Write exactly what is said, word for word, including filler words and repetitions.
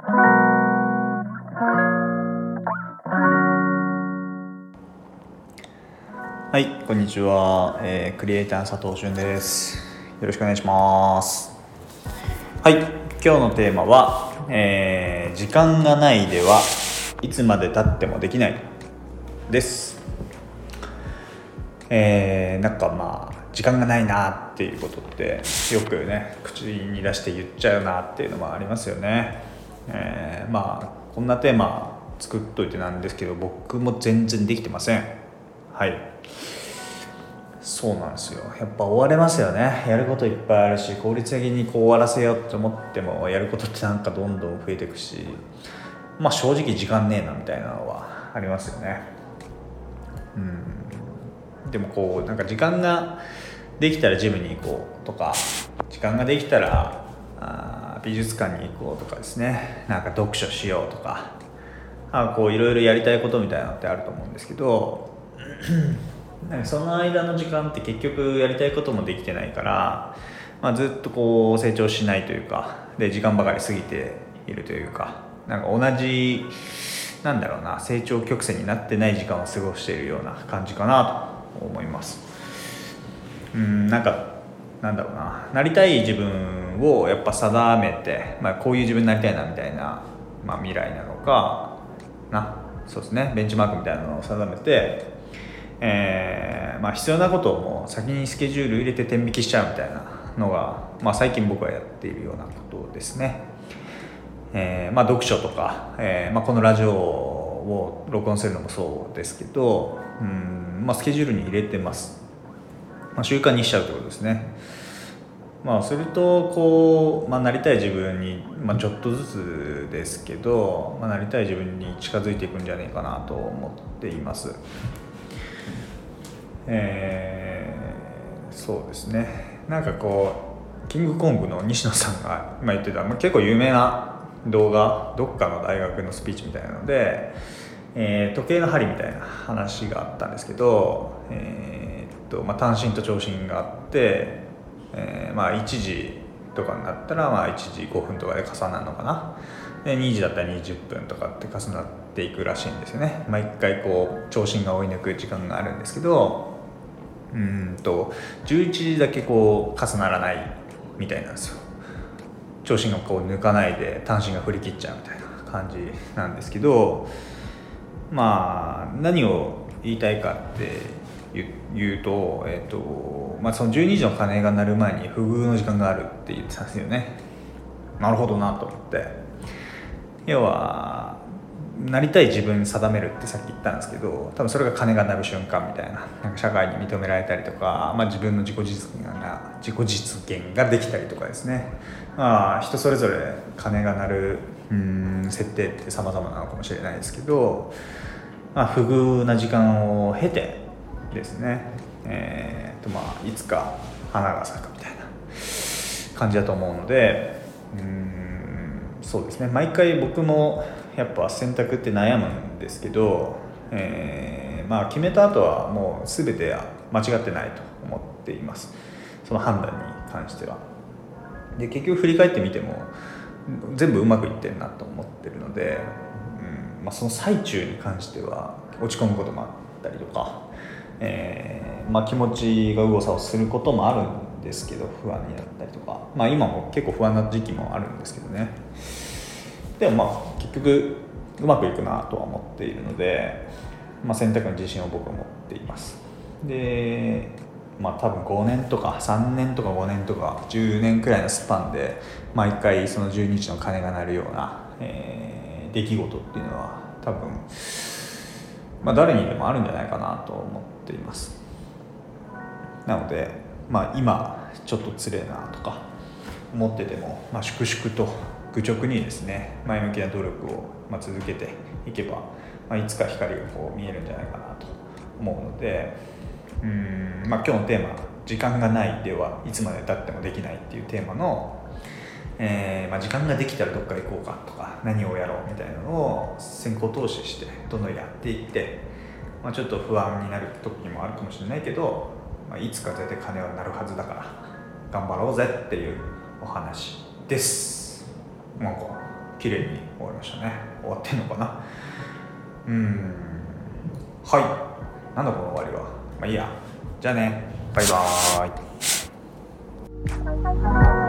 はい、こんにちは、えー、クリエイターの佐藤俊です。よろしくお願いします。はい、今日のテーマは、えー、時間がないではいつまで経ってもできないです。えー、なんかまあ時間がないなっていうことってよくね口に出して言っちゃうなっていうのもありますよね。えー、まあこんなテーマ作っといてなんですけど、僕も全然できてません。はい、そうなんですよ。やっぱ追われますよね。やることいっぱいあるし、効率的にこう終わらせようと思ってもやることってなんかどんどん増えていくし、まあ正直時間ねえなみたいなのはありますよね。うんでもこうなんか時間ができたらジムに行こうとか、時間ができたらあ美術館に行こうとかですね、なんか読書しようとか、あこういろいろやりたいことみたいなのってあると思うんですけどなんかその間の時間って結局やりたいこともできてないから、まあ、ずっとこう成長しないというかで時間ばかり過ぎているというか、なんか同じなんだろうな成長曲線になってない時間を過ごしているような感じかなと思います。うんなんかなんだろうななりたい自分をやっぱ定めて、まあ、こういう自分になりたいなみたいな、まあ、未来なのかな、そうですね、ベンチマークみたいなのを定めて、えーまあ、必要なことをもう先にスケジュール入れて点引きしちゃうみたいなのが、まあ、最近僕はやっているようなことですね。えーまあ、読書とか、えーまあ、このラジオを録音するのもそうですけど、うんまあ、スケジュールに入れてます。まあ、習慣にしちゃうってことですね。まあ、するとこう、まあ、なりたい自分に、まあ、ちょっとずつですけど、まあ、なりたい自分に近づいていくんじゃないかなと思っています。えー、そうですね。なんかこうキングコングの西野さんが今言ってた、まあ、結構有名な動画、どっかの大学のスピーチみたいなので、えー、時計の針みたいな話があったんですけど、えーっとまあ、単身と長身があって、えーまあ、いちじとかになったら、まあ、いちじごふんとかで重なるのかな、でにじだったらにじゅっぷんとかって重なっていくらしいんですよね。毎回こう長身が追い抜く時間があるんですけど、うんとじゅういちじだけこう重ならないみたいなんですよ。長身がこう抜かないで単身が振り切っちゃうみたいな感じなんですけど、まあ何を言いたいかって言うと、えっとまあ、そのじゅうにじの鐘が鳴る前に不遇の時間があるって言ってたんですよね。なるほどなと思って、要はなりたい自分に定めるってさっき言ったんですけど、多分それが金が鳴る瞬間みたいな、なんか社会に認められたりとか、まあ、自分の自己実現が自己実現ができたりとかですね、まあ、人それぞれ金が鳴るうん設定って様々なのかもしれないですけど、まあ、不遇な時間を経てですね、えーとまあ、いつか花が咲くみたいな感じだと思うので、うーんそうですね、毎回僕もやっぱ選択って悩むんですけど、えーまあ、決めた後はもう全て間違ってないと思っています。その判断に関しては。で結局振り返ってみても全部うまくいってるなと思ってるので、うんまあ、その最中に関しては落ち込むこともあったりとか、えーまあ、気持ちが右往左往することもあるんですけど、不安になったりとか、まあ、今も結構不安な時期もあるんですけどね。でもまあ結局うまくいくなとは思っているので、まあ、選択の自信を僕は持っています。でまあ多分ごねんとかさんねんとかごねんとかじゅうねんくらいのスパンで毎回そのじゅうにじの鐘が鳴るような、えー、出来事っていうのは多分、まあ、誰にでもあるんじゃないかなと思っています。なので、まあ、今ちょっとつれえなとか思ってても、まあ、粛々と愚直にですね前向きな努力をまあ続けていけば、まあ、いつか光がこう見えるんじゃないかなと思うので、うーん、まあ、今日のテーマ時間がないではいつまで経ってもできないっていうテーマの、えーまあ、時間ができたらどっか行こうかとか何をやろうみたいなのを先行投資してどんどんやっていって、まあ、ちょっと不安になる時もあるかもしれないけど、まあ、いつか絶対金は鳴るはずだから頑張ろうぜっていうお話です。なんか綺麗に終わりましたね。終わってんのかな。うーんはいなんだこの終わりは。まあいいや。じゃあね、バイバーイ。